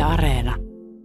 Yle Areena.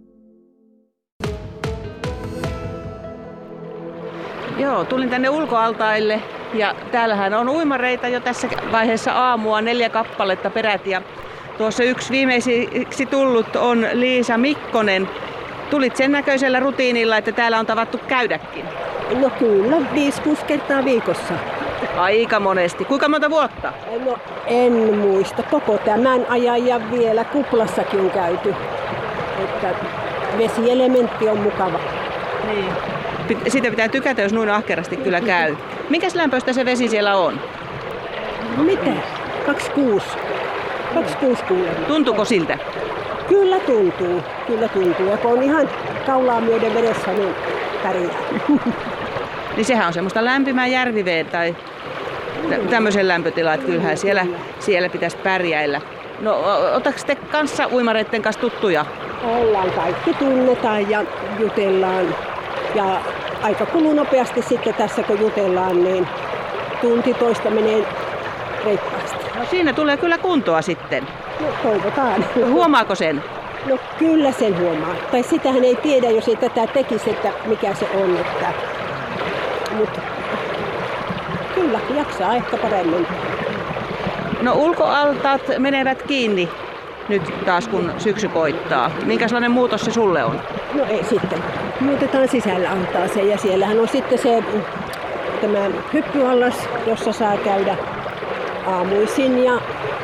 Joo, tulin tänne ulkoaltaille ja täällähän on uimareita jo tässä vaiheessa aamua 4 kappaletta peräti. Ja tuossa yksi viimeisiksi tullut on Liisa Mikkonen. Tulit sen näköisellä rutiinilla, että täällä on tavattu käydäkin. No kyllä, 5-6 kertaa viikossa. Aika monesti. Kuinka monta vuotta? No en muista. Koko tämän ajan ja vielä kuplassakin on käyty. Että vesielementti on mukava. Niin. Siitä pitää tykätä, jos noin ahkerasti kyllä käy. Minkäs lämpöistä se vesi siellä on? Mitä? 26. 26 kuulemma. Tuntuuko siltä? Kyllä tuntuu. Ja kun on ihan kaulaa myöden vedessä, niin pärjää. Niin sehän on semmoista lämpimää järviveä tai tämmöisen lämpötila, että kyllähän siellä pitäisi pärjäillä. No, otatko te kanssa uimareiden kanssa tuttuja? Ollaan, kaikki tunnetaan ja jutellaan. Ja aika kuluu nopeasti sitten tässä, kun jutellaan, niin tunti toista menee reippaasti. No siinä tulee kyllä kuntoa sitten. No toivotaan. Huomaako sen? No kyllä sen huomaa. Tai sitähän ei tiedä, jos ei tätä tekisi, että mikä se on. Mutta kyllä, jaksaa ehkä paremmin. No ulkoaltaat menevät kiinni nyt taas kun syksy koittaa. Minkälainen muutos se sulle on? No ei sitten. Muutetaan sisällä altaaseen ja siellähän on sitten se tämä hyppyallas, jossa saa käydä aamuisin ja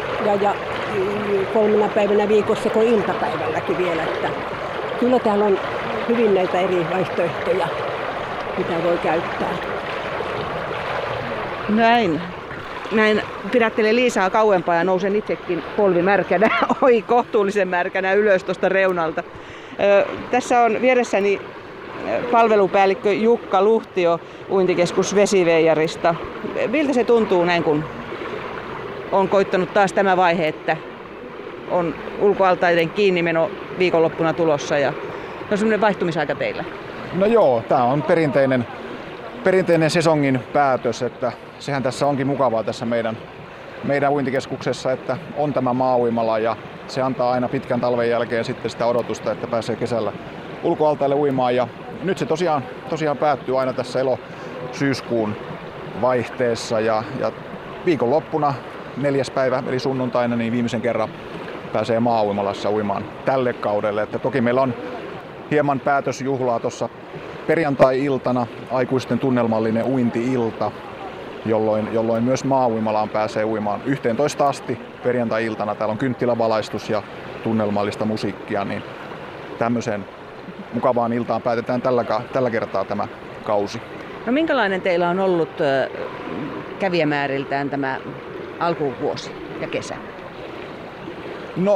3 päivänä viikossa kuin iltapäivälläkin vielä. Että kyllä täällä on hyvin näitä eri vaihtoehtoja, mitä voi käyttää. Näin pidättelen Liisaa kauempaa ja nousen itsekin polvimärkänä, kohtuullisen märkänä ylös tuosta reunalta. Tässä on vieressäni palvelupäällikkö Jukka Luhtio Uintikeskus Vesiveijarista. Miltä se tuntuu näin, kun on koittanut taas tämä vaihe, että on ulkoaltaiden kiinnimeno viikonloppuna tulossa ja on semmoinen vaihtumisaika teillä? No joo, tämä on perinteinen sesongin päätös, että sehän tässä onkin mukavaa tässä meidän uintikeskuksessa, että on tämä maauimala ja se antaa aina pitkän talven jälkeen sitten sitä odotusta, että pääsee kesällä ulkoaltaille uimaan ja nyt se tosiaan päättyy aina tässä syyskuun vaihteessa ja viikonloppuna 4. päivä eli sunnuntaina niin viimeisen kerran pääsee maauimalassa uimaan tälle kaudelle, että toki meillä on hieman päätösjuhlaa tuossa perjantai-iltana aikuisten tunnelmallinen uinti-ilta, jolloin myös maauimalaan pääsee uimaan 11 asti perjantai-iltana. Täällä on kynttilävalaistus ja tunnelmallista musiikkia, niin tämmöiseen mukavaan iltaan päätetään tällä kertaa tämä kausi. No minkälainen teillä on ollut kävijämääriltään tämä alkuvuosi ja kesä? No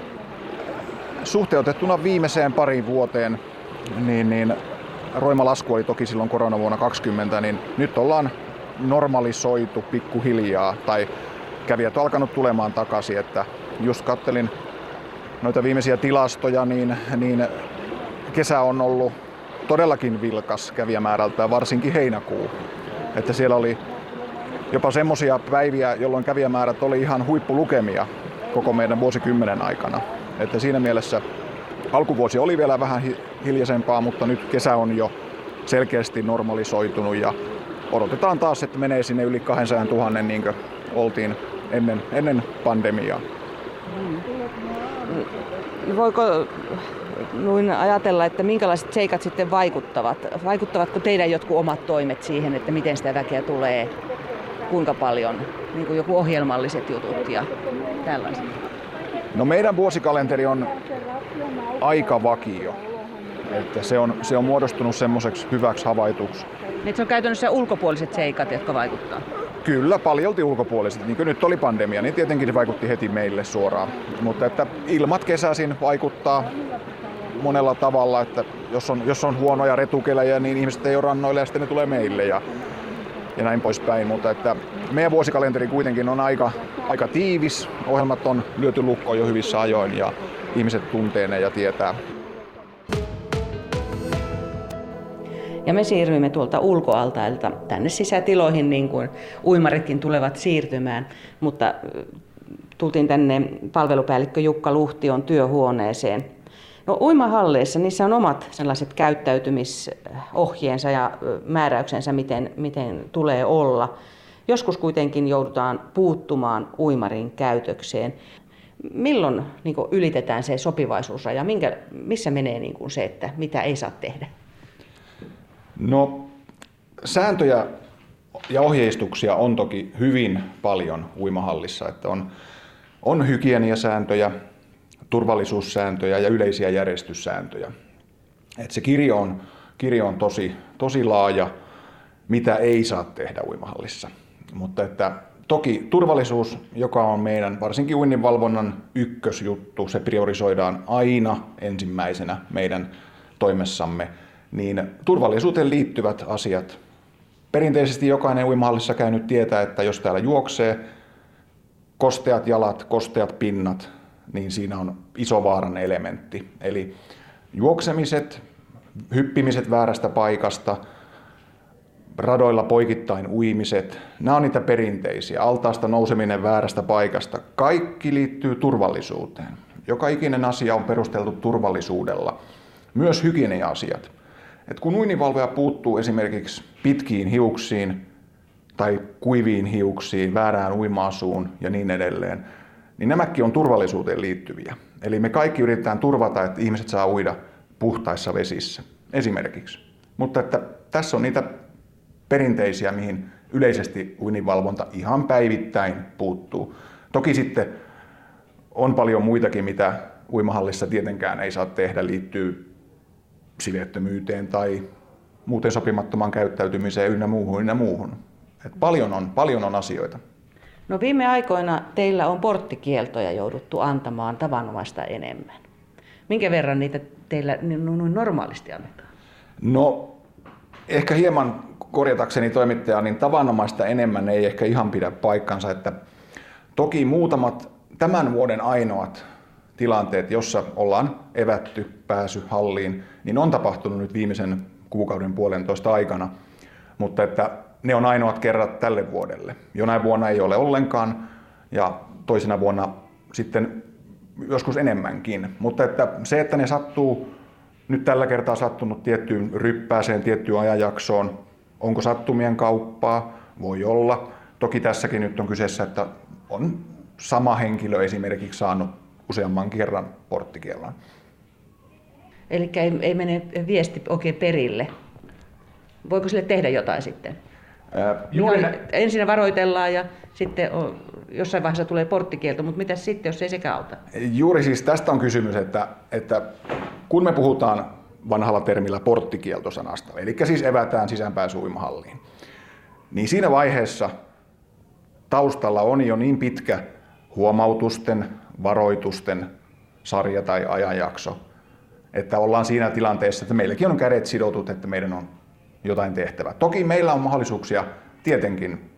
suhteutettuna viimeiseen pariin vuoteen, niin roima lasku oli toki silloin koronavuonna 2020, niin nyt ollaan normalisoitu pikkuhiljaa, tai kävijät on alkanut tulemaan takaisin, että just kattelin noita viimeisiä tilastoja, niin kesä on ollut todellakin vilkas kävijämäärältään, varsinkin heinäkuu. Että siellä oli jopa semmoisia päiviä, jolloin kävijämäärät oli ihan huippulukemia koko meidän vuosikymmenen aikana. Että siinä mielessä alkuvuosi oli vielä vähän hiljaisempaa, mutta nyt kesä on jo selkeästi normalisoitunut ja odotetaan taas, että menee sinne yli 200 000 niin kuin oltiin ennen pandemiaa. Voiko noin ajatella, että minkälaiset seikat sitten vaikuttavat? Vaikuttavatko teidän jotkut omat toimet siihen, että miten sitä väkeä tulee, kuinka paljon, niin kuin joku ohjelmalliset jutut ja tällaiset? No meidän vuosikalenteri on aika vakio. Että se on muodostunut semmoiseksi hyväksi havaituksi. Niin se on käytännössä ulkopuoliset seikat, jotka vaikuttaa? Kyllä, paljolti ulkopuoliset. Niin kuin nyt oli pandemia, niin tietenkin se vaikutti heti meille suoraan. Mutta että ilmat kesäisin vaikuttaa monella tavalla, että jos on huonoja retukelejä, niin ihmiset ei ole rannoille ja sitten ne tulee meille ja näin poispäin. Mutta että meidän vuosikalenteri kuitenkin on aika tiivis. Ohjelmat on lyöty lukkoon jo hyvissä ajoin ja ihmiset tuntee ne ja tietää. Ja me siirryimme tuolta ulkoaltailta tänne sisätiloihin, niin kuin uimaritkin tulevat siirtymään, mutta tultiin tänne palvelupäällikkö Jukka Luhtion työhuoneeseen. No uimahalleissa, niissä on omat sellaiset käyttäytymisohjeensa ja määräyksensä, miten tulee olla. Joskus kuitenkin joudutaan puuttumaan uimarin käytökseen. Milloin niin kuin ylitetään se sopivaisuusraja? Missä menee niin kuin se, että mitä ei saa tehdä? No, sääntöjä ja ohjeistuksia on toki hyvin paljon uimahallissa. Että on hygieniasääntöjä, turvallisuussääntöjä ja yleisiä järjestyssääntöjä. Et se kirjo on tosi laaja, mitä ei saa tehdä uimahallissa. Mutta että toki turvallisuus, joka on meidän varsinkin uinninvalvonnan ykkösjuttu, se priorisoidaan aina ensimmäisenä meidän toimessamme, niin turvallisuuteen liittyvät asiat. Perinteisesti jokainen uimahallissa käynyt tietää, että jos täällä juoksee kosteat jalat, kosteat pinnat, niin siinä on iso vaaran elementti. Eli juoksemiset, hyppimiset väärästä paikasta, radoilla poikittain uimiset, nämä on niitä perinteisiä. Altaasta nouseminen väärästä paikasta. Kaikki liittyy turvallisuuteen. Joka ikinen asia on perusteltu turvallisuudella. Myös hygienia-asiat. Et kun uininvalvoja puuttuu esimerkiksi pitkiin hiuksiin tai kuiviin hiuksiin, väärään uima-asuun ja niin edelleen, niin nämäkin on turvallisuuteen liittyviä. Eli me kaikki yritetään turvata, että ihmiset saa uida puhtaissa vesissä, esimerkiksi. Mutta että tässä on niitä perinteisiä, mihin yleisesti uininvalvonta ihan päivittäin puuttuu. Toki sitten on paljon muitakin, mitä uimahallissa tietenkään ei saa tehdä, liittyy siveettömyyteen tai muuten sopimattoman käyttäytymiseen ynnä muuhun. Et paljon on asioita. No viime aikoina teillä on porttikieltoja jouduttu antamaan tavanomaista enemmän. Minkä verran niitä teillä normaalisti annetaan? No ehkä hieman korjatakseni toimittajaa, niin tavanomaista enemmän ei ehkä ihan pidä paikkansa. Että toki muutamat tämän vuoden ainoat tilanteet, jossa ollaan evätty pääsy halliin, niin on tapahtunut nyt viimeisen kuukauden puolentoista aikana. Mutta että ne on ainoat kerrat tälle vuodelle. Jonain vuonna ei ole ollenkaan ja toisena vuonna sitten joskus enemmänkin. Mutta että se, että ne sattuu, nyt tällä kertaa sattunut tiettyyn ryppääseen, tiettyyn ajanjaksoon, onko sattumien kauppaa? Voi olla. Toki tässäkin nyt on kyseessä, että on sama henkilö esimerkiksi saanut useamman kerran porttikiellon. Eli ei mene viesti oikein perille. Voiko sille tehdä jotain sitten? Ensin varoitellaan ja sitten jossain vaiheessa tulee porttikielto, mutta mitä sitten, jos ei sekään auta? Juuri siis tästä on kysymys, että kun me puhutaan vanhalla termillä porttikieltosanasta, eli siis evätään sisäänpääsy uimahalliin, niin siinä vaiheessa taustalla on jo niin pitkä huomautusten, varoitusten sarja tai ajanjakso, että ollaan siinä tilanteessa, että meilläkin on kädet sidotut, että meidän on jotain tehtävää. Toki meillä on mahdollisuuksia tietenkin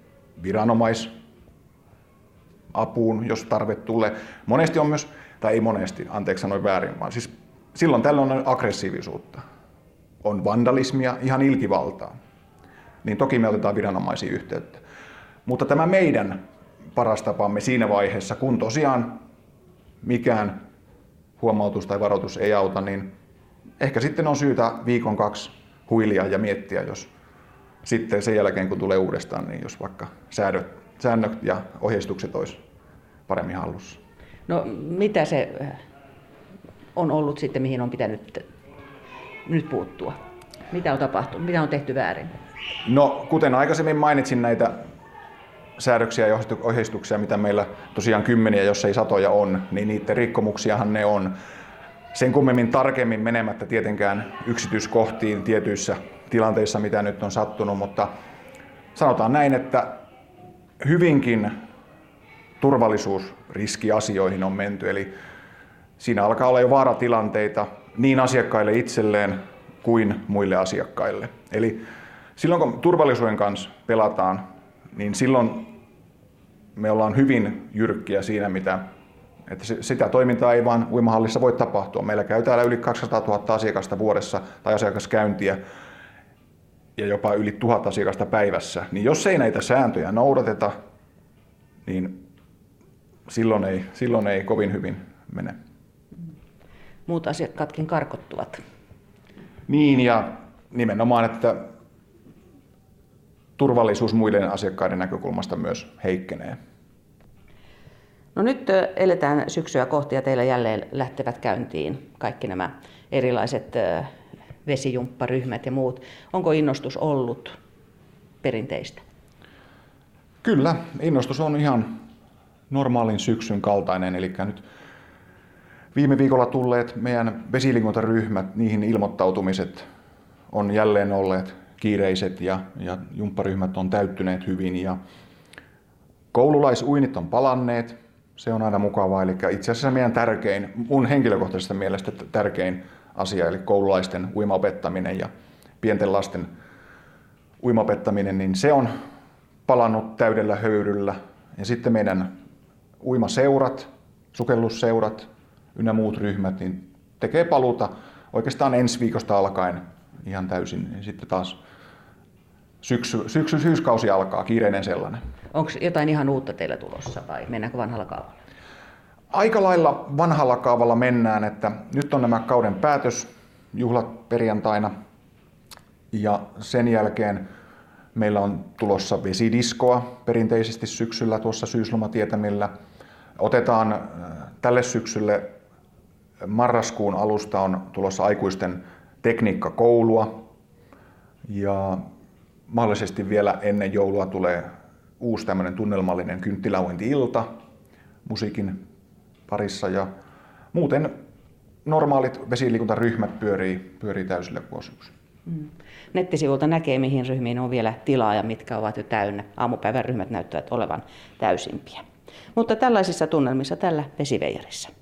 viranomaisapuun, jos tarve tulee. Monesti on myös, tai ei monesti, anteeksi sanoin väärin, vaan siis silloin tällöin on aggressiivisuutta. On vandalismia, ihan ilkivaltaa. Niin toki me otetaan viranomaisiin yhteyttä. Mutta tämä meidän paras tapamme siinä vaiheessa, kun tosiaan mikään huomautus tai varoitus ei auta, niin ehkä sitten on syytä viikon 2 huilia ja miettiä, jos sitten sen jälkeen kun tulee uudestaan, niin jos vaikka säännöt ja ohjeistukset olisi paremmin hallussa. No mitä se on ollut sitten, mihin on pitänyt nyt puuttua? Mitä on tapahtunut? Mitä on tehty väärin? No kuten aikaisemmin mainitsin näitä säädöksiä ja ohjeistuksia, mitä meillä tosiaan kymmeniä, jos ei satoja on, niin niiden rikkomuksiahan ne on. Sen kummemmin tarkemmin menemättä tietenkään yksityiskohtiin tietyissä tilanteissa, mitä nyt on sattunut, mutta sanotaan näin, että hyvinkin turvallisuusriskiasioihin on menty. Eli siinä alkaa olla jo vaaratilanteita niin asiakkaille itselleen kuin muille asiakkaille. Eli silloin kun turvallisuuden kanssa pelataan, niin silloin me ollaan hyvin jyrkkiä siinä, että sitä toimintaa ei vaan uimahallissa voi tapahtua. Meillä käy täällä yli 200 000 asiakasta vuodessa tai asiakaskäyntiä ja jopa yli 1000 asiakasta päivässä. Niin jos ei näitä sääntöjä noudateta, niin silloin ei kovin hyvin mene. muut asiakkaatkin karkottuvat. Niin, ja nimenomaan, että turvallisuus muiden asiakkaiden näkökulmasta myös heikkenee. No nyt eletään syksyä kohti ja teillä jälleen lähtevät käyntiin kaikki nämä erilaiset vesijumpparyhmät ja muut. Onko innostus ollut perinteistä? Kyllä, innostus on ihan normaalin syksyn kaltainen, eli nyt viime viikolla tulleet meidän vesiliikuntaryhmät, niihin ilmoittautumiset on jälleen olleet kiireiset ja jumpparyhmät on täyttyneet hyvin ja koululaisuinnit on palanneet. Se on aina mukavaa, eli itse asiassa meidän mun henkilökohtaisesta mielestä tärkein asia, eli koululaisten uimaopettaminen ja pienten lasten uimaopettaminen, niin se on palannut täydellä höyryllä. Ja sitten meidän uimaseurat, sukellusseurat ynnä muut ryhmät niin tekee paluuta oikeastaan ensi viikosta alkaen ihan täysin. Ja sitten taas syyskausi alkaa, kiireinen sellainen. Onko jotain ihan uutta teillä tulossa vai mennäänkö vanhalla kaavalla? Aika lailla vanhalla kaavalla mennään, että nyt on nämä kauden päätösjuhlat perjantaina ja sen jälkeen meillä on tulossa vesidiskoa perinteisesti syksyllä tuossa syyslomatietämillä. Otetaan tälle syksylle marraskuun alusta on tulossa aikuisten tekniikkakoulua ja mahdollisesti vielä ennen joulua tulee uusi tämmöinen tunnelmallinen kynttiläuinti-ilta musiikin parissa ja muuten normaalit vesiliikuntaryhmät pyörii täysillä koko syksyn. Nettisivulta näkee, mihin ryhmiin on vielä tilaa ja mitkä ovat jo täynnä. Aamupäivän ryhmät näyttävät olevan täysimpiä. Mutta tällaisissa tunnelmissa tällä Vesiveijarissa.